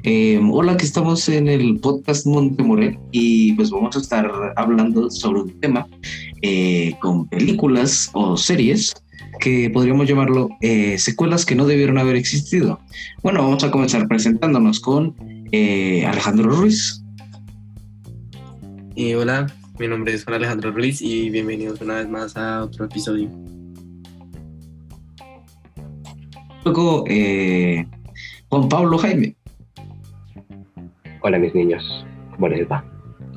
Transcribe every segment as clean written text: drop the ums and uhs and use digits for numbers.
Hola, que estamos en el podcast Montemorel y pues vamos a estar hablando sobre un tema con películas o series que podríamos llamarlo secuelas que no debieron haber existido. Bueno, vamos a comenzar presentándonos con Alejandro Ruiz. Hola, mi nombre es Juan Alejandro Ruiz y bienvenidos una vez más a otro episodio. Luego, Juan Pablo Jaime. Hola mis niños, ¿cómo les va?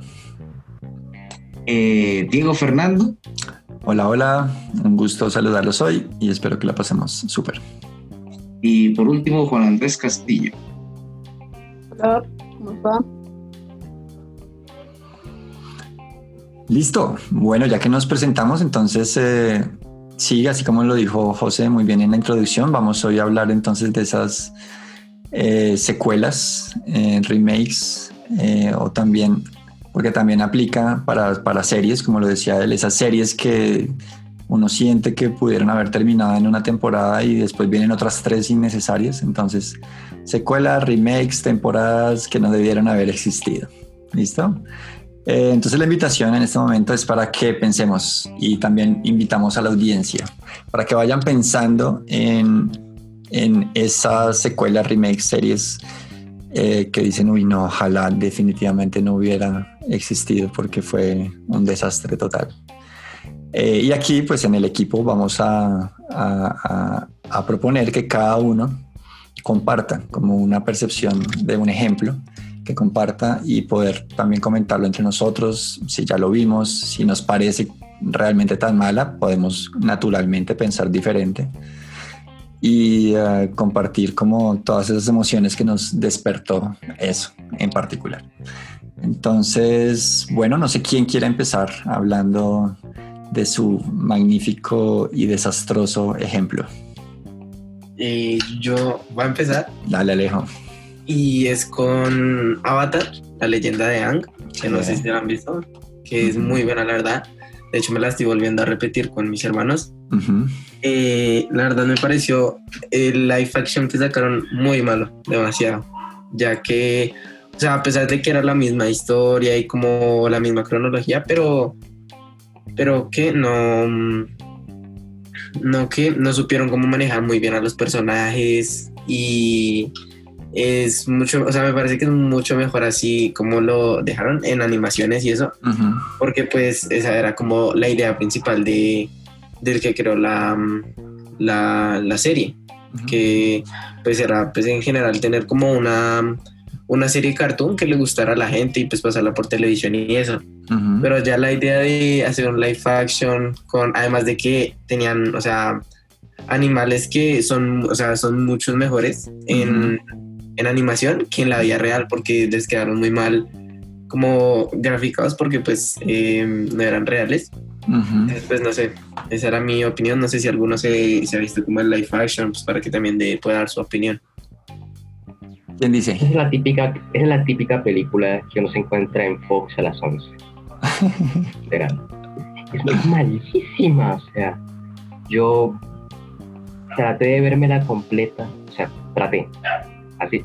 Diego Fernando. Hola, un gusto saludarlos hoy y espero que la pasemos súper. Y por último, Juan Andrés Castillo. Hola, ¿cómo está? Listo, bueno, ya que nos presentamos, entonces sí, así como lo dijo José muy bien en la introducción, vamos hoy a hablar entonces de esas secuelas, remakes, o también, porque también aplica para series, como lo decía él, esas series que uno siente que pudieron haber terminado en una temporada y después vienen otras 3 innecesarias. Entonces, secuelas, remakes, temporadas que no debieron haber existido. ¿Listo? Entonces la invitación en este momento es para que pensemos, y también invitamos a la audiencia para que vayan pensando en esas secuelas, remakes, series que dicen, uy no, ojalá definitivamente no hubiera existido porque fue un desastre total. Y aquí pues en el equipo vamos a proponer que cada uno comparta como una percepción de un ejemplo, que comparta y poder también comentarlo entre nosotros, si ya lo vimos, si nos parece realmente tan mala, podemos naturalmente pensar diferente y compartir como todas esas emociones que nos despertó eso en particular. Entonces, bueno, no sé quién quiere empezar hablando de su magnífico y desastroso ejemplo. Yo voy a empezar. Dale, Alejo. Y es con Avatar, la leyenda de Aang, que no sé si la han visto, que es muy buena, la verdad. De hecho, me la estoy volviendo a repetir con mis hermanos. Uh-huh. La verdad me pareció el live action que sacaron muy malo, demasiado. Ya que, o sea, a pesar de que era la misma historia y como la misma cronología, pero que no supieron cómo manejar muy bien a los personajes y es mucho, o sea, me parece que es mucho mejor así como lo dejaron en animaciones y eso, uh-huh. Porque pues esa era como la idea principal del que creó la serie, uh-huh. Que pues era pues en general tener como una serie cartoon que le gustara a la gente y pues pasarla por televisión y eso, uh-huh. Pero ya la idea de hacer un live action con, además de que tenían, o sea, animales que son, o sea, son muchos mejores, uh-huh. en animación que en la vida real, porque les quedaron muy mal como graficados porque pues no eran reales. Uh-huh. Entonces, pues no sé, esa era mi opinión. No sé si alguno se ha visto como el live action, pues para que también pueda dar su opinión. ¿Quién dice? Es la típica película que uno se encuentra en Fox a las 11. Es malísima, o sea, yo traté de vérmela completa, o sea, traté, así.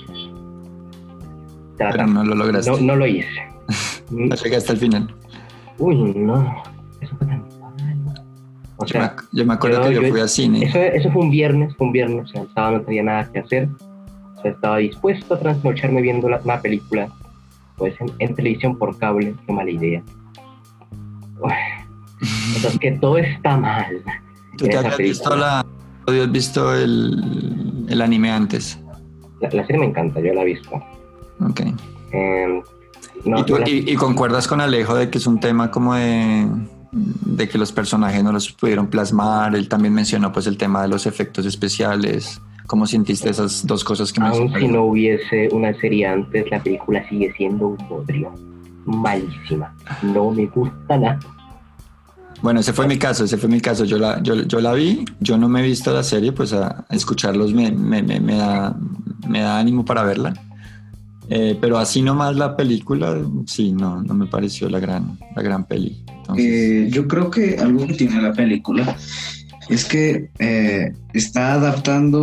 Pero no lo lograste. No lo hice. No llegaste al final. Uy, no, eso fue tan malo. O sea, yo me acuerdo que yo fui al cine. Eso fue un viernes, o sea, el sábado no tenía nada que hacer. O sea, estaba dispuesto a trasnocharme viendo una película, pues en televisión por cable, qué mala idea. O sea, es que todo está mal. ¿Tú te habías visto el anime antes? La serie me encanta, yo la he visto. Ok. No, ¿Y concuerdas con Alejo de que es un tema como de que los personajes no los pudieron plasmar? Él también mencionó pues el tema de los efectos especiales. ¿Cómo sentiste esas dos cosas que mencionaste? Aún si no hubiese una serie antes, la película sigue siendo un bodrio. Malísima. No me gusta nada. Bueno, ese fue mi caso. Yo la vi, yo no me he visto la serie, pues a escucharlos me da ánimo para verla. Pero así nomás la película, sí, no me pareció la gran peli. Entonces, yo creo que algo que tiene la película es que está adaptando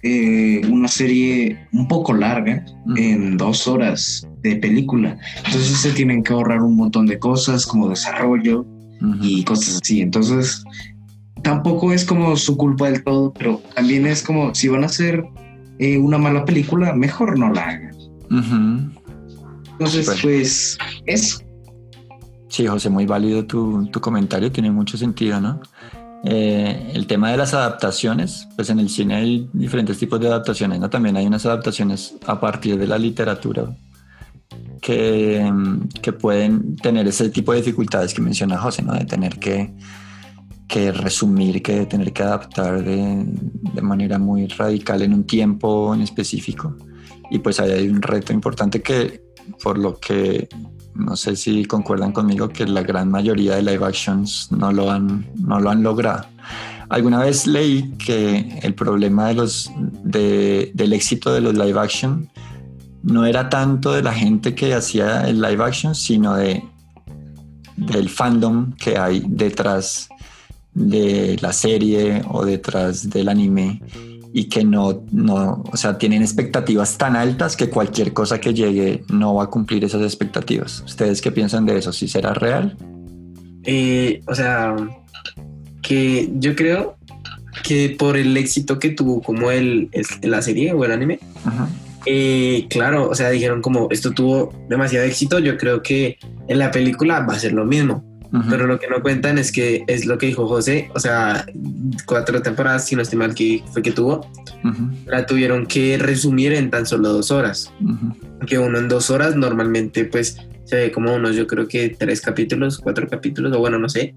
una serie un poco larga en 2 horas de película. Entonces se tienen que ahorrar un montón de cosas como desarrollo y cosas así. Entonces tampoco es como su culpa del todo, pero también es como si van a hacer una mala película, mejor no la hagan. Entonces, pues eso. Sí, José, muy válido tu comentario, tiene mucho sentido, ¿no? El tema de las adaptaciones, pues en el cine hay diferentes tipos de adaptaciones, ¿no? También hay unas adaptaciones a partir de la literatura que pueden tener ese tipo de dificultades que menciona José, ¿no? De tener que resumir, que tener que adaptar de manera muy radical en un tiempo en específico. Y pues ahí hay un reto importante que, por lo que no sé si concuerdan conmigo, que la gran mayoría de live actions no lo han logrado. Alguna vez leí que el problema del éxito de los live action no era tanto de la gente que hacía el live action, sino del fandom que hay detrás de la serie o detrás del anime, y que no, o sea, tienen expectativas tan altas que cualquier cosa que llegue no va a cumplir esas expectativas. ¿Ustedes qué piensan de eso? ¿Sí será real? O sea, que yo creo que por el éxito que tuvo como la serie o el anime, claro, o sea, dijeron como esto tuvo demasiado éxito, yo creo que en la película va a ser lo mismo. Pero lo que no cuentan es que es lo que dijo José, o sea, 4 temporadas, si no estoy mal, que fue que tuvo, la tuvieron que resumir en tan solo 2 horas. Que uno en 2 horas normalmente pues se ve como unos, yo creo que 3 capítulos, 4 capítulos, o bueno, no sé.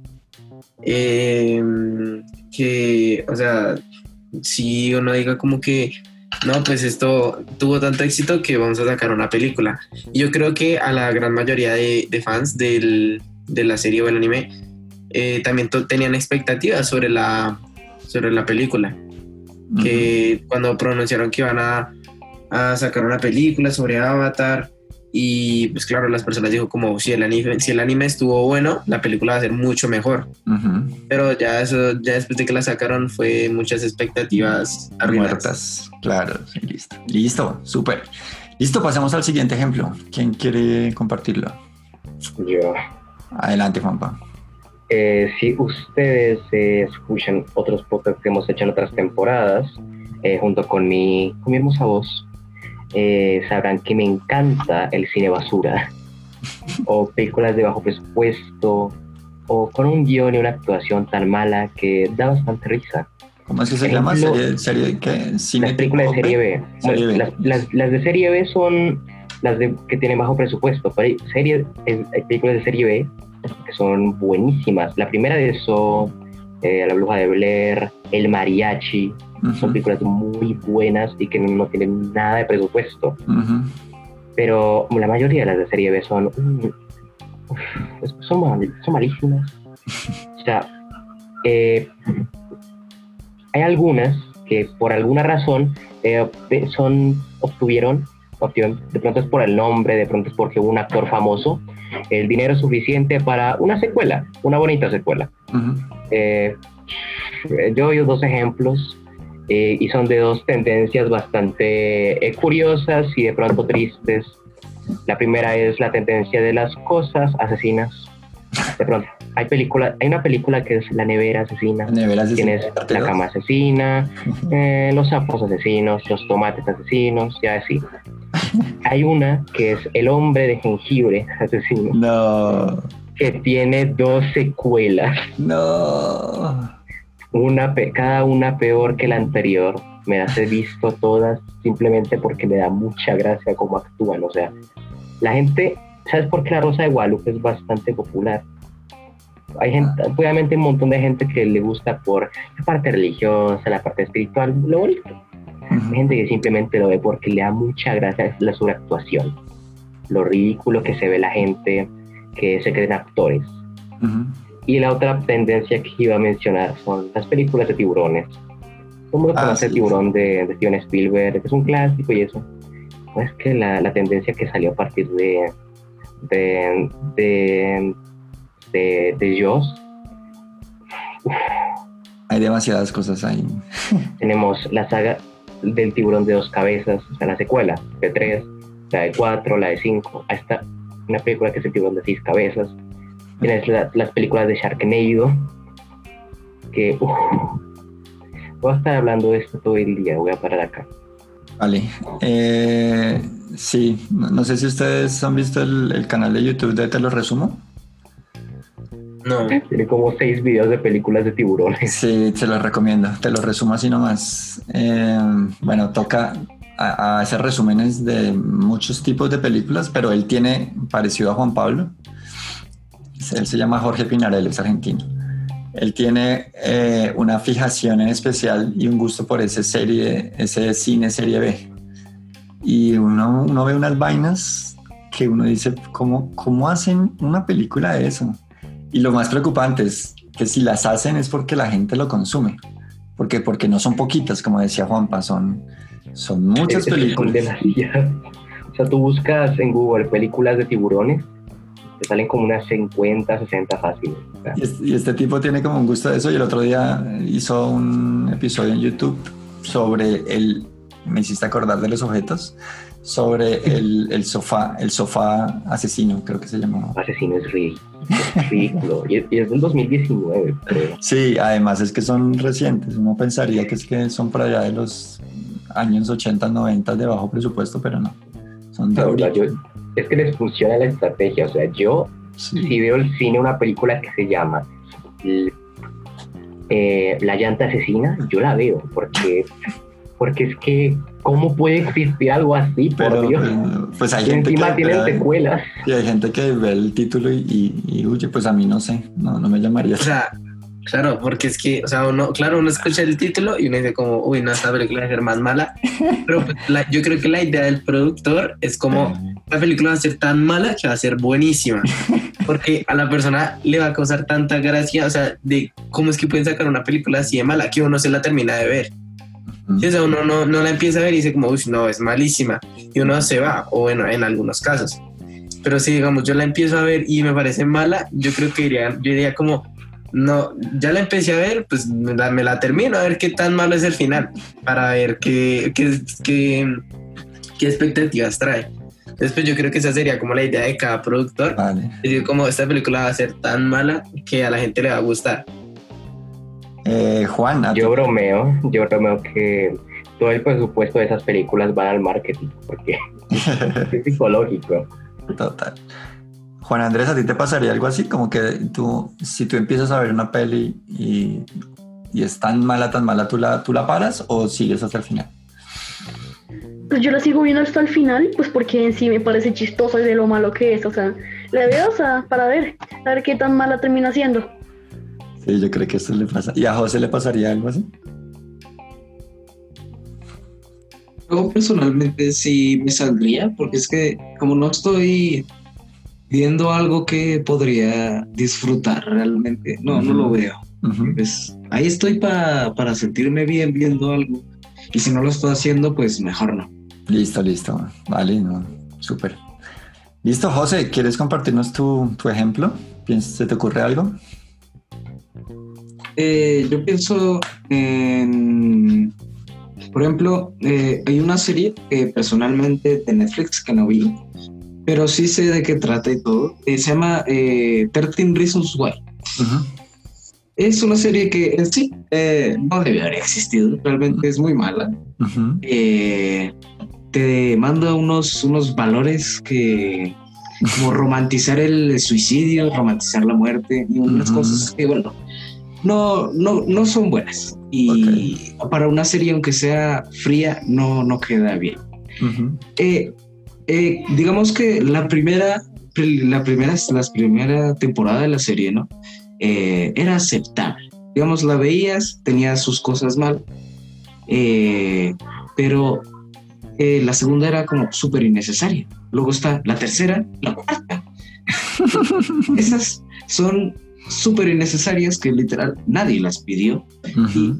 Que, o sea, si uno diga como que no, pues esto tuvo tanto éxito que vamos a sacar una película. Y yo creo que a la gran mayoría de fans de la serie o el anime también tenían expectativas sobre la película. Que cuando pronunciaron que iban a sacar una película sobre Avatar, y pues claro, las personas dijo como si el anime estuvo bueno, la película va a ser mucho mejor. Pero ya después de que la sacaron fue muchas expectativas muertas. Claro, sí, listo, súper. Listo, pasamos al siguiente ejemplo. ¿Quién quiere compartirlo? Yo. Adelante, Juanpa. Si ustedes escuchan otros podcasts que hemos hecho en otras temporadas, junto con mi hermosa voz, sabrán que me encanta el cine basura, o películas de bajo presupuesto, o con un guión y una actuación tan mala que da bastante risa. ¿Cómo es que se llama? ¿Serie qué? ¿Cine? Las películas de serie B. Serie B. Las de serie B son las que tienen bajo presupuesto, pero hay películas de serie B que son buenísimas. La primera de eso, La Bruja de Blair, El Mariachi, son películas muy buenas y que no tienen nada de presupuesto. Pero la mayoría de las de serie B son malísimas. O sea, hay algunas que por alguna razón obtuvieron, de pronto es por el nombre, de pronto es porque hubo un actor famoso, el dinero suficiente para una secuela, una bonita secuela. Yo oí 2 ejemplos y son de 2 tendencias bastante curiosas y de pronto tristes. La primera es la tendencia de las cosas asesinas. De pronto hay una película que es La Nevera Asesina. Tienes la cama asesina, los sapos asesinos, los tomates asesinos, y así. Hay una que es El Hombre de Jengibre Asesino. No. Que tiene 2 secuelas. No. Cada una peor que la anterior. Me las he visto todas simplemente porque me da mucha gracia cómo actúan. O sea, la gente, ¿sabes por qué La Rosa de Guadalupe es bastante popular? Hay gente, obviamente un montón de gente que le gusta por la parte religiosa, la parte espiritual, lo bonito. Hay gente que simplemente lo ve porque le da mucha gracia la sobreactuación, lo ridículo que se ve la gente, que se creen actores. Y la otra tendencia que iba a mencionar son las películas de tiburones. Todo el mundo conoce Tiburón de Steven Spielberg, que es un clásico y eso. Pues que la tendencia que salió a partir de Jaws. Hay demasiadas cosas ahí. Tenemos la del tiburón de 2 cabezas, o sea, la secuela de 3, la de 4, la de 5, hasta una película que es el tiburón de 6 cabezas. Tienes las películas de Sharknado, que voy a estar hablando de esto todo el día, voy a parar acá. Vale. Sí, no sé si ustedes han visto el canal de YouTube de Te lo resumo. No. Tiene como 6 videos de películas de tiburones. Sí, se los recomiendo. Te lo resumo así nomás. Bueno, toca a hacer resúmenes de muchos tipos de películas, pero él tiene, parecido a Juan Pablo, él se llama Jorge Pinarello, es argentino. Él tiene una fijación en especial y un gusto por ese cine serie B. Y uno ve unas vainas que uno dice, ¿cómo hacen una película de eso? Y lo más preocupante es que si las hacen es porque la gente lo consume. Porque no son poquitas, como decía Juanpa, son muchas películas. Son demasiadas. O sea, tú buscas en Google películas de tiburones, te salen como unas 50, 60 fáciles. Y este tipo tiene como un gusto de eso, y el otro día hizo un episodio en YouTube sobre me hiciste acordar de los objetos, sobre el sofá asesino, creo que se llamaba. Asesino es ridículo. Y es del 2019, creo. Sí, además es que son recientes. Uno pensaría que son por allá de los años 80, 90 de bajo presupuesto, pero no. Son de ahorita. Es que les funciona la estrategia. O sea, yo si veo el cine una película que se llama La llanta asesina, yo la veo, porque es que ¿cómo puede existir algo así? Pero, por Dios. Pues hay y gente encima tienen secuelas. Y hay gente que ve el título y huye. Pues a mí no sé, no me llamaría. O sea, claro, porque es que, o sea, uno escucha el título y uno dice como, uy, no, esta película va a ser más mala. Pero pues, yo creo que la idea del productor es como, la película va a ser tan mala que va a ser buenísima. Porque a la persona le va a causar tanta gracia, o sea, de cómo es que pueden sacar una película así de mala que uno se la termina de ver. Sí, o sea, uno no la empieza a ver y dice como, uy, no, es malísima. Y uno se va, o bueno, en algunos casos. Pero si, digamos, yo la empiezo a ver y me parece mala, yo creo que yo diría como, no, ya la empecé a ver, pues me la termino a ver qué tan malo es el final, para ver qué expectativas trae. Después yo creo que esa sería como la idea de cada productor. Vale. Es decir, como esta película va a ser tan mala que a la gente le va a gustar. Juan, yo bromeo que todo el presupuesto de esas películas va al marketing, porque es psicológico. Total. Juan Andrés, ¿a ti te pasaría algo así? Como que si tú empiezas a ver una peli y es tan mala, ¿tú la paras o sigues hasta el final? Pues yo la sigo viendo hasta el final, pues porque en sí me parece chistoso y de lo malo que es, o sea, la veo, o sea, para ver qué tan mala termina siendo. Sí, yo creo que eso le pasa. ¿Y a José le pasaría algo así? Yo personalmente sí me saldría, porque es que como no estoy viendo algo que podría disfrutar realmente, no lo veo. Pues ahí estoy para sentirme bien viendo algo, y si no lo estoy haciendo, pues mejor no. Listo. Vale, no, súper. Listo, José, ¿quieres compartirnos tu ejemplo? ¿Se te ocurre algo? Yo pienso en, por ejemplo, hay una serie personalmente de Netflix que no vi, pero sí sé de qué trata y todo. Se llama 13 Reasons Why. Uh-huh. Es una serie que en sí no debe haber existido, realmente es muy mala. Uh-huh. Te manda unos valores que, como romantizar el suicidio, romantizar la muerte y unas cosas que, bueno, no son buenas. Y para una serie, aunque sea fría, no queda bien. Uh-huh. Digamos que la primera temporada de la serie, ¿no? Era aceptable. Digamos, la veías, tenía sus cosas mal, pero la segunda era como súper innecesaria. Luego está la tercera, la cuarta. Esas son súper innecesarias que literal nadie las pidió. Uh-huh.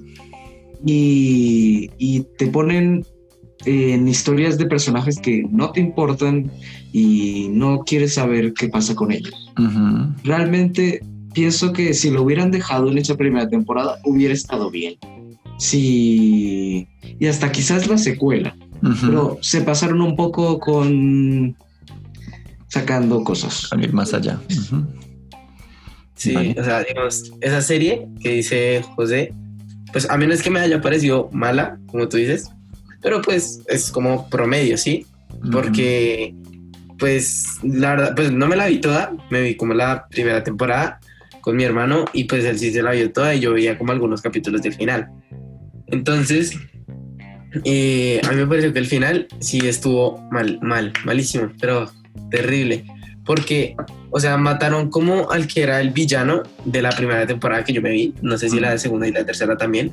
y te ponen en historias de personajes que no te importan y no quieres saber qué pasa con ellos. Uh-huh. Realmente pienso que si lo hubieran dejado en esa primera temporada hubiera estado bien. sí, y hasta quizás la secuela, pero se pasaron un poco con sacando cosas. Al ir más allá. Sí, Vale. o sea, digamos, esa serie que dice José, pues a mí no es que me haya parecido mala, como tú dices, pero pues es como promedio, ¿sí? Porque, pues, la verdad, pues no me la vi toda, me vi como la primera temporada con mi hermano y pues él sí se la vio toda y yo veía como algunos capítulos del final. Entonces, a mí me pareció que el final sí estuvo malísimo, pero terrible. Porque, o sea, mataron como al que era el villano de la primera temporada que yo me vi. No sé si la segunda y la tercera también.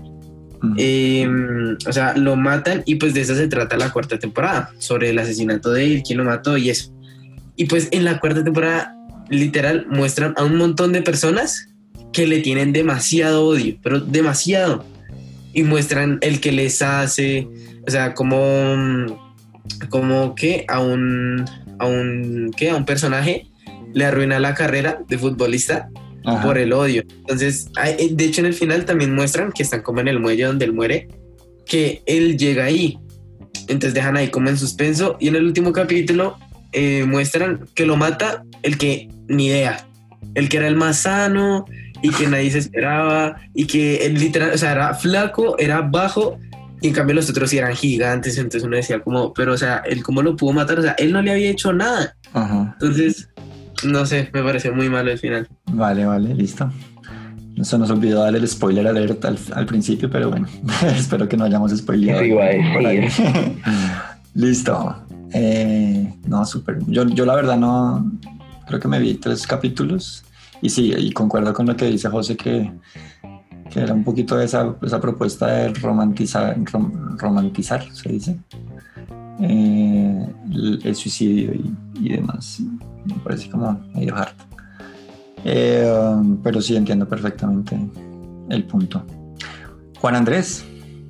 O sea, lo matan y pues de eso se trata la cuarta temporada. Sobre el asesinato de él, quién lo mató y eso. Y pues en la cuarta temporada, literal, muestran a un montón de personas que le tienen demasiado odio, pero demasiado. Y muestran el que les hace, o sea, como que a un personaje le arruina la carrera de futbolista. Ajá. Por el odio. Entonces, de hecho en el final también muestran que están como en el muelle donde él muere, que él llega ahí. Entonces dejan ahí como en suspenso y en el último capítulo muestran que lo mata el que ni idea, el que era el más sano y que nadie se esperaba y que él literal, o sea, era flaco, era bajo y en cambio los otros sí eran gigantes. Entonces uno decía como, pero o sea, él cómo lo pudo matar, o sea, él no le había hecho nada. Ajá. Entonces, no sé, me pareció muy malo el final. Vale, listo. Se nos olvidó darle el spoiler alert al principio, pero bueno, espero que no hayamos spoileado. Sí. Listo. No, súper. Yo la verdad no, creo que me vi 3 capítulos y sí, y concuerdo con lo que dice José, que era un poquito de esa propuesta de romantizar, se dice, el suicidio y demás. Me parece como medio hard. Pero sí entiendo perfectamente el punto. Juan Andrés.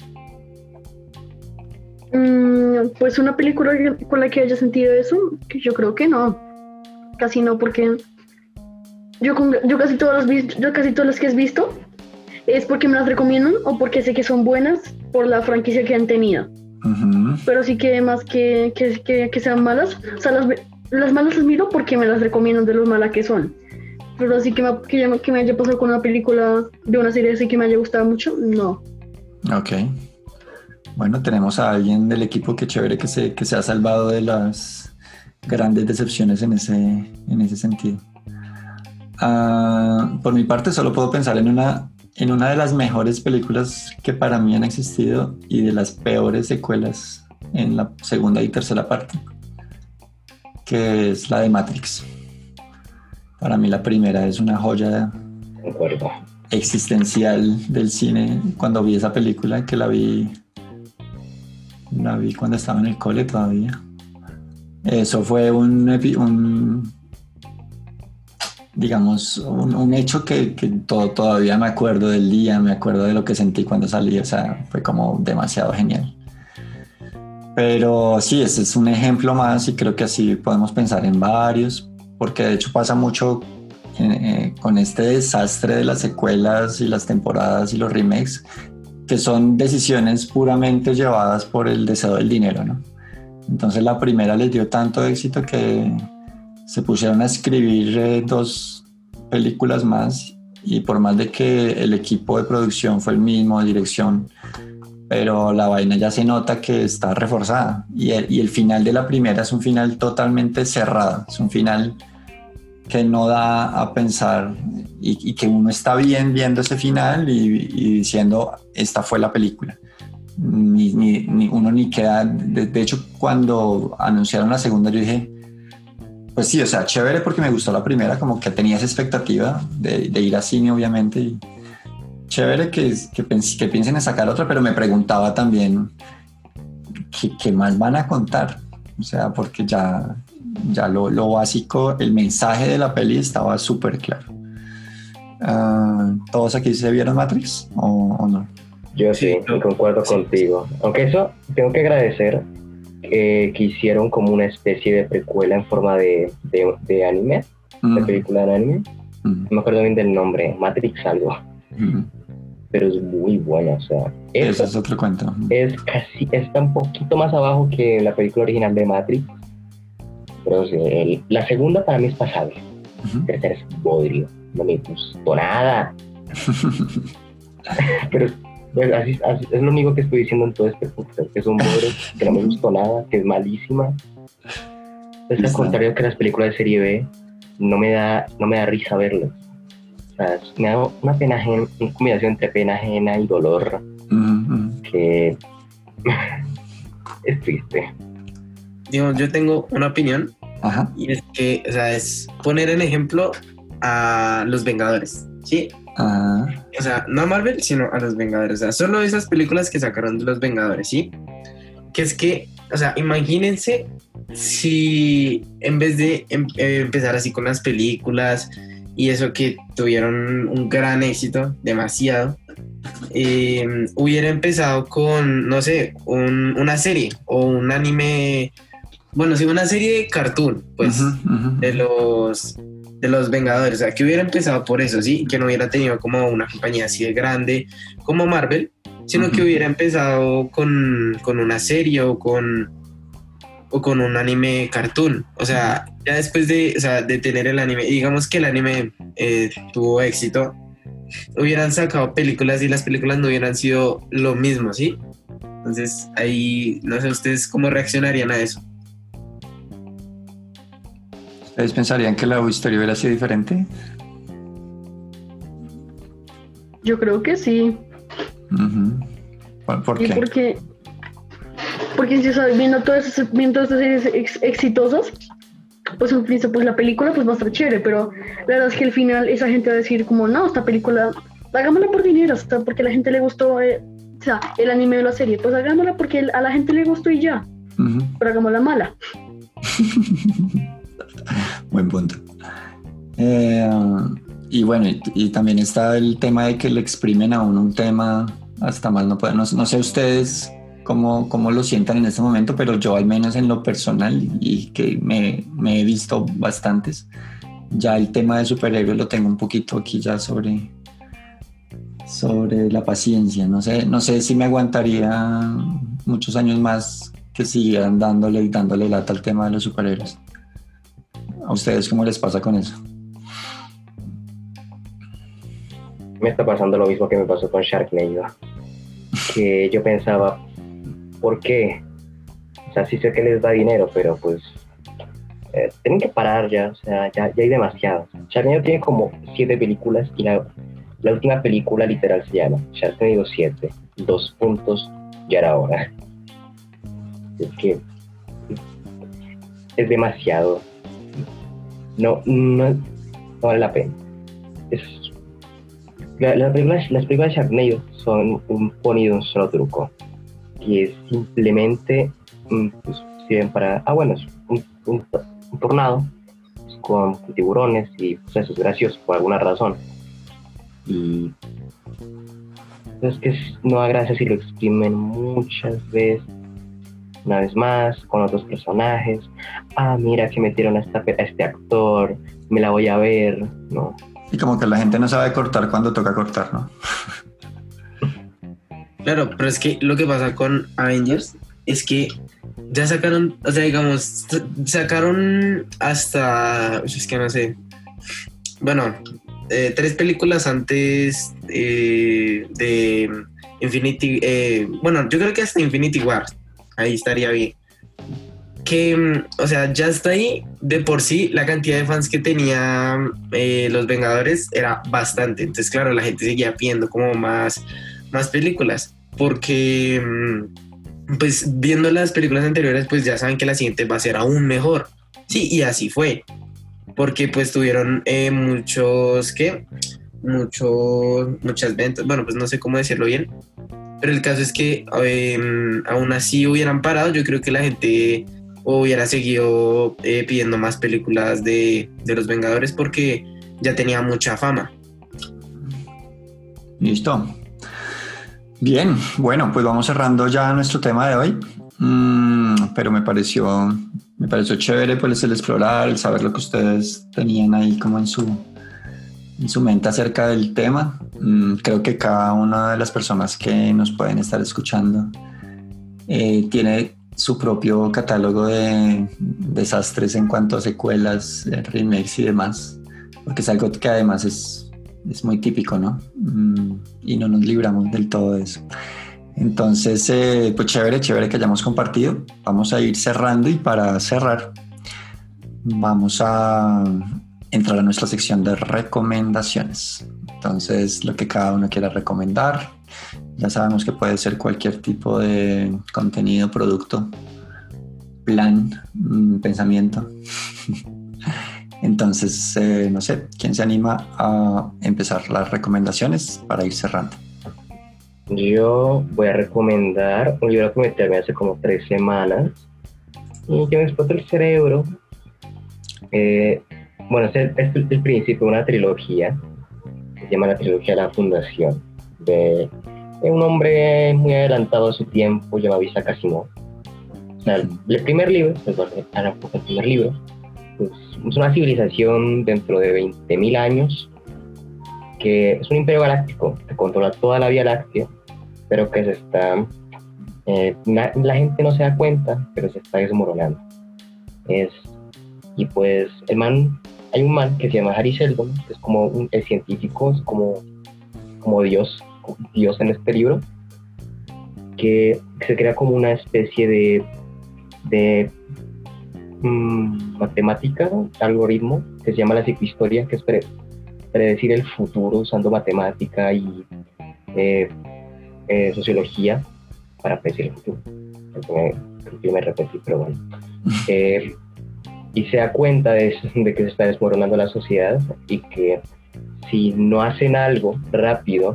Pues una película con la que haya sentido eso, que yo creo que no. Casi no, porque yo casi todas las que has visto es porque me las recomiendan o porque sé que son buenas por la franquicia que han tenido. Pero sí que más que sean malas, o sea, las malas las miro porque me las recomiendan de lo malas que son. Pero así que me haya pasado con una película de una serie así que me haya gustado mucho, no. Ok. Bueno, tenemos a alguien del equipo que chévere que se ha salvado de las grandes decepciones en ese sentido. Por mi parte, solo puedo pensar en una de las mejores películas que para mí han existido y de las peores secuelas en la segunda y tercera parte, que es la de Matrix. Para mí la primera es una joya existencial del cine. Cuando vi esa película, que la vi cuando estaba en el cole todavía. Eso fue un hecho que todavía me acuerdo del día, me acuerdo de lo que sentí cuando salí, o sea, fue como demasiado genial. Pero sí, ese es un ejemplo más y creo que así podemos pensar en varios, porque de hecho pasa mucho con este desastre de las secuelas y las temporadas y los remakes, que son decisiones puramente llevadas por el deseo del dinero, ¿no? Entonces la primera les dio tanto éxito que se pusieron a escribir 2 películas más, y por más de que el equipo de producción fue el mismo, de dirección, pero la vaina ya se nota que está reforzada y el final de la primera es un final totalmente cerrado, es un final que no da a pensar y que uno está bien viendo ese final y diciendo esta fue la película. Uno ni queda, de hecho cuando anunciaron la segunda yo dije, pues sí, o sea, chévere porque me gustó la primera, como que tenía esa expectativa de ir a cine obviamente, y chévere que piensen en sacar otra, pero me preguntaba también ¿qué más van a contar? O sea, porque ya lo básico, el mensaje de la peli estaba súper claro. ¿Todos aquí se vieron Matrix o no? Yo sí, concuerdo contigo. Aunque eso, tengo que agradecer que hicieron como una especie de precuela en forma de anime, de película de anime. No me acuerdo bien del nombre, Matrix algo. pero es muy buena, o sea, Eso es otro cuento. Está un poquito más abajo que la película original de Matrix, pero sí, la segunda para mí es pasable. La tercera es bodrio, no me gustó nada. Pero pues, así, es lo único que estoy diciendo en todo este podcast, que es un bodrio, que no me gustó nada, que es malísima. Es al contrario que las películas de serie B, no me da risa verlas. O sea, me da una pena ajena, una combinación entre pena ajena y dolor, que es triste. Digamos, yo tengo una opinión. Ajá. Y es que, o sea, es poner en ejemplo a los Vengadores, ¿sí? O sea, no a Marvel, sino a los Vengadores. O sea, solo esas películas que sacaron de los Vengadores, ¿sí? Que es que, o sea, imagínense si en vez de empezar así con las películas y eso que tuvieron un gran éxito, demasiado, hubiera empezado con, no sé, una serie o un anime. Bueno, sí, una serie de cartoon, pues, de los Vengadores. O sea, que hubiera empezado por eso, ¿sí? Que no hubiera tenido como una compañía así de grande como Marvel, sino que hubiera empezado con una serie o con un anime cartoon. O sea, ya después de tener el anime, y digamos que el anime tuvo éxito, hubieran sacado películas y las películas no hubieran sido lo mismo, ¿sí? Entonces, ahí, no sé, ¿ustedes cómo reaccionarían a eso? ¿Ustedes pensarían que la historia hubiera sido diferente? Yo creo que sí. ¿Por qué? Porque si sabes, viendo todas estas series exitosas, pues al principio pues la película pues va a estar chévere, pero la verdad es que al final esa gente va a decir como, no, esta película, hagámosla por dinero, o sea, porque a la gente le gustó, o sea, el anime de la serie, pues hagámosla porque a la gente le gustó y ya, pero hagámosla mala. Buen punto. Y bueno, y también está el tema de que le exprimen a uno un tema hasta más no poder. No sé ustedes cómo lo sientan en este momento, pero yo al menos en lo personal, y que me he visto bastantes, ya el tema de superhéroes lo tengo un poquito aquí ya sobre la paciencia. No sé si me aguantaría muchos años más que siguieran dándole lata al tema de los superhéroes. ¿A ustedes cómo les pasa con eso? Me está pasando lo mismo que me pasó con Sharknado, que yo pensaba, ¿por qué? O sea, sí sé que les da dinero, pero pues tienen que parar ya, o sea, ya hay demasiado. Sharknado tiene como 7 películas y la última película literal se llama Sharknado 7, 2 puntos, ya era hora. Es que es demasiado. No vale la pena. Las películas de Sharknado son un pony de un solo truco, que es simplemente pues, sirven para, es un tornado con tiburones y pues, eso es gracioso por alguna razón, y es que no da gracia si lo exprimen muchas veces, una vez más, con otros personajes. Mira que metieron a este actor, me la voy a ver, ¿no? Y como que la gente no sabe cortar cuando toca cortar, ¿no? Claro, pero es que lo que pasa con Avengers es que ya sacaron, o sea, digamos, sacaron hasta, es que no sé, bueno, 3 películas antes de Infinity, bueno, yo creo que hasta Infinity War, ahí estaría bien. Que, o sea, ya está ahí, de por sí la cantidad de fans que tenía los Vengadores era bastante, entonces claro, la gente seguía pidiendo como más películas, porque pues viendo las películas anteriores pues ya saben que la siguiente va a ser aún mejor, sí, y así fue, porque pues tuvieron muchas ventas, bueno, pues no sé cómo decirlo bien, pero el caso es que aún así hubieran parado, yo creo que la gente hubiera seguido pidiendo más películas de los Vengadores porque ya tenía mucha fama. Listo. Bien, bueno, pues vamos cerrando ya nuestro tema de hoy. Pero me pareció chévere pues el explorar, el saber lo que ustedes tenían ahí como en en su mente acerca del tema. Creo que cada una de las personas que nos pueden estar escuchando tiene su propio catálogo de desastres en cuanto a secuelas, remakes y demás, porque es algo que además es muy típico, ¿no? Y no nos libramos del todo de eso. Entonces, pues chévere que hayamos compartido. Vamos a ir cerrando y para cerrar vamos a entrar a nuestra sección de recomendaciones. Entonces, lo que cada uno quiera recomendar. Ya sabemos que puede ser cualquier tipo de contenido, producto, plan, pensamiento. Entonces, no sé, ¿quién se anima a empezar las recomendaciones para ir cerrando? Yo voy a recomendar un libro que me terminé hace como 3 semanas y que me explotó el cerebro. Bueno, es el principio de una trilogía, se llama la trilogía de la Fundación, de un hombre muy adelantado a su tiempo llamado Isaac Asimov. O sea, el primer libro, pues, es una civilización dentro de 20.000 años que es un imperio galáctico que controla toda la Vía Láctea, pero que se está... la gente no se da cuenta, pero se está desmoronando. Y pues hay un man que se llama Hari Seldon, que es como el científico, es como Dios en este libro, que se crea como una especie de matemática, algoritmo, que se llama la psicohistoria, que es predecir el futuro usando matemática y sociología para predecir el futuro. Creo que me repetí, pero bueno. Y se da cuenta de que se está desmoronando la sociedad y que si no hacen algo rápido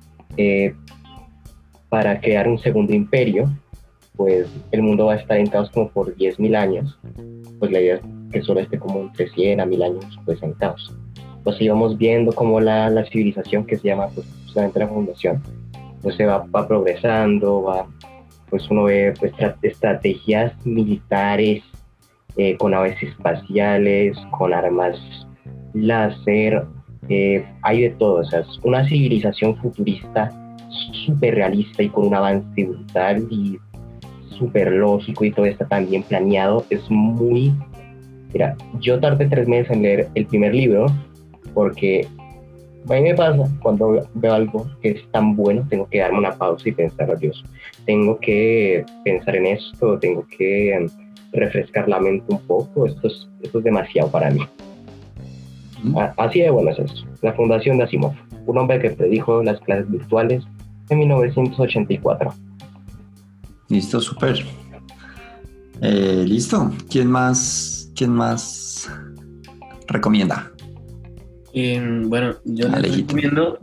para crear un segundo imperio, pues el mundo va a estar en caos como por 10.000 años. Pues la idea es que solo esté como entre 100 a 1.000 años pues en caos. Pues íbamos viendo como la civilización, que se llama pues justamente la Fundación, pues se va progresando, pues uno ve pues estrategias militares con aves espaciales, con armas láser, hay de todo. O sea, es una civilización futurista súper realista y con un avance brutal y súper lógico, y todo está tan bien planeado. Es muy... Mira, yo tardé 3 meses en leer el primer libro porque a mí me pasa cuando veo algo que es tan bueno, tengo que darme una pausa y pensar, Dios, tengo que pensar en esto, tengo que refrescar la mente un poco, esto es demasiado para mí. Así de bueno es eso. La Fundación de Asimov, un hombre que predijo las clases virtuales en 1984. Listo, súper. Listo. ¿Quién más recomienda? Bueno, yo les recomiendo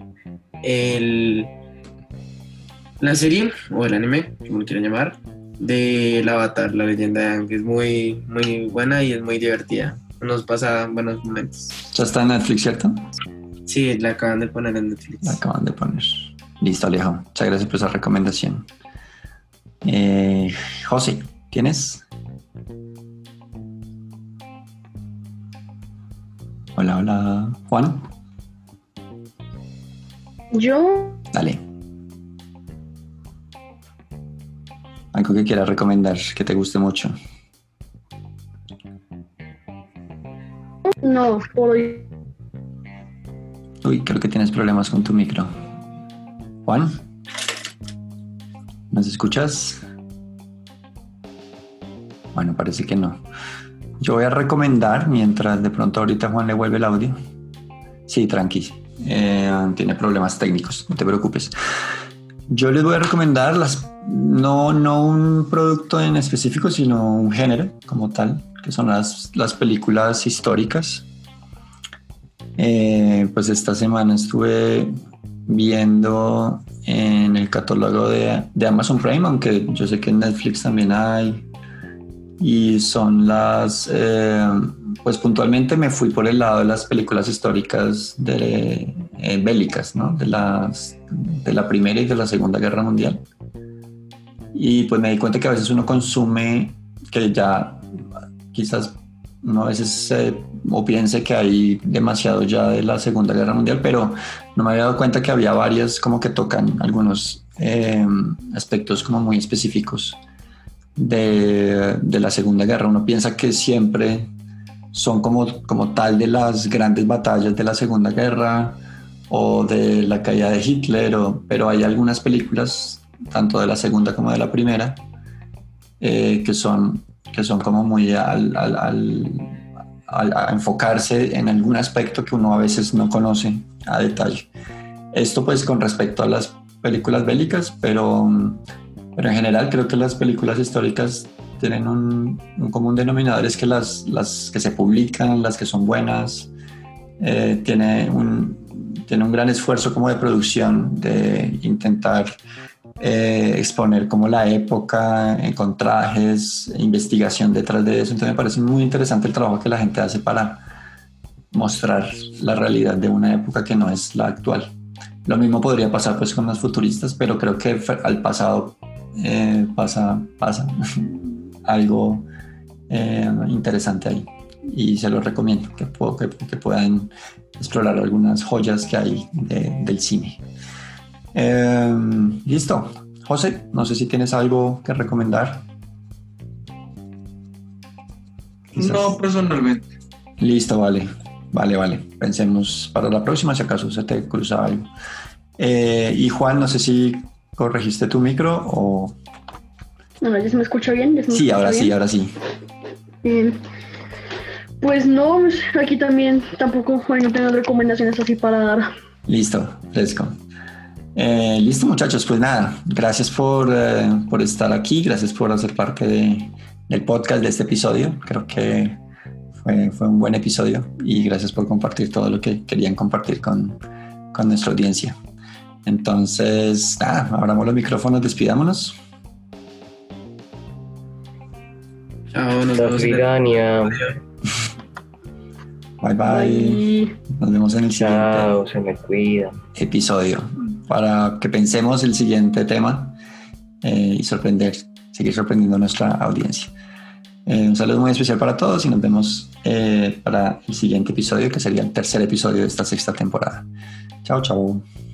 la serie o el anime, como lo quieran llamar, del Avatar, la leyenda de Aang, que es muy, muy buena y es muy divertida. Nos pasa buenos momentos. Ya está en Netflix, ¿cierto? Sí, la acaban de poner en Netflix. La acaban de poner. Listo, Alejo. Muchas gracias por esa recomendación. José, ¿tienes? Hola. Juan. Yo. Dale. Algo que quieras recomendar, que te guste mucho. No, por hoy. Uy, creo que tienes problemas con tu micro. Juan, ¿nos escuchas? Bueno, parece que no. Yo voy a recomendar, mientras de pronto ahorita Juan le vuelve el audio. Sí, tranqui. Tiene problemas técnicos, no te preocupes. Yo les voy a recomendar no un producto en específico, sino un género como tal, que son las películas históricas. Pues esta semana estuve viendo en el catálogo de Amazon Prime, aunque yo sé que en Netflix también hay, y son pues puntualmente me fui por el lado de las películas históricas bélicas, ¿no? de la Primera y de la Segunda Guerra Mundial, y pues me di cuenta que a veces uno consume, que ya quizás uno a veces o piense que hay demasiado ya de la Segunda Guerra Mundial, pero no me había dado cuenta que había varias como que tocan algunos aspectos como muy específicos de la Segunda Guerra. Uno piensa que siempre son como tal de las grandes batallas de la Segunda Guerra o de la caída de Hitler, pero hay algunas películas, tanto de la Segunda como de la Primera, que son como muy a enfocarse en algún aspecto que uno a veces no conoce a detalle. Esto pues con respecto a las películas bélicas, pero en general creo que las películas históricas tienen un común denominador, es que las que se publican, las que son buenas, tiene un gran esfuerzo como de producción, de intentar exponer como la época con trajes, investigación detrás de eso. Entonces me parece muy interesante el trabajo que la gente hace para mostrar la realidad de una época que no es la actual. Lo mismo podría pasar pues con los futuristas, pero creo que al pasado pasa algo interesante ahí, y se lo recomiendo que puedan explorar algunas joyas que hay del cine. Listo. José, no sé si tienes algo que recomendar. Quizás. No, personalmente. Listo, vale. Pensemos para la próxima si acaso se te cruza algo. Y Juan, no sé si corregiste tu micro o... No, ¿ya se me escucha bien? Sí, ahora sí. Pues no, aquí también tampoco no tengo recomendaciones así para dar. Listo, fresco. Listo, muchachos, pues nada, gracias por estar aquí, gracias por hacer parte del podcast de este episodio. Creo que fue un buen episodio y gracias por compartir todo lo que querían compartir con nuestra audiencia. Entonces, nada, abramos los micrófonos, despidámonos. Chao, nos vemos. Bye. Nos vemos en el siguiente se me cuida. episodio para que pensemos el siguiente tema y seguir sorprendiendo a nuestra audiencia. Un saludo muy especial para todos y nos vemos para el siguiente episodio, que sería el tercer episodio de esta 6ª temporada. Chao.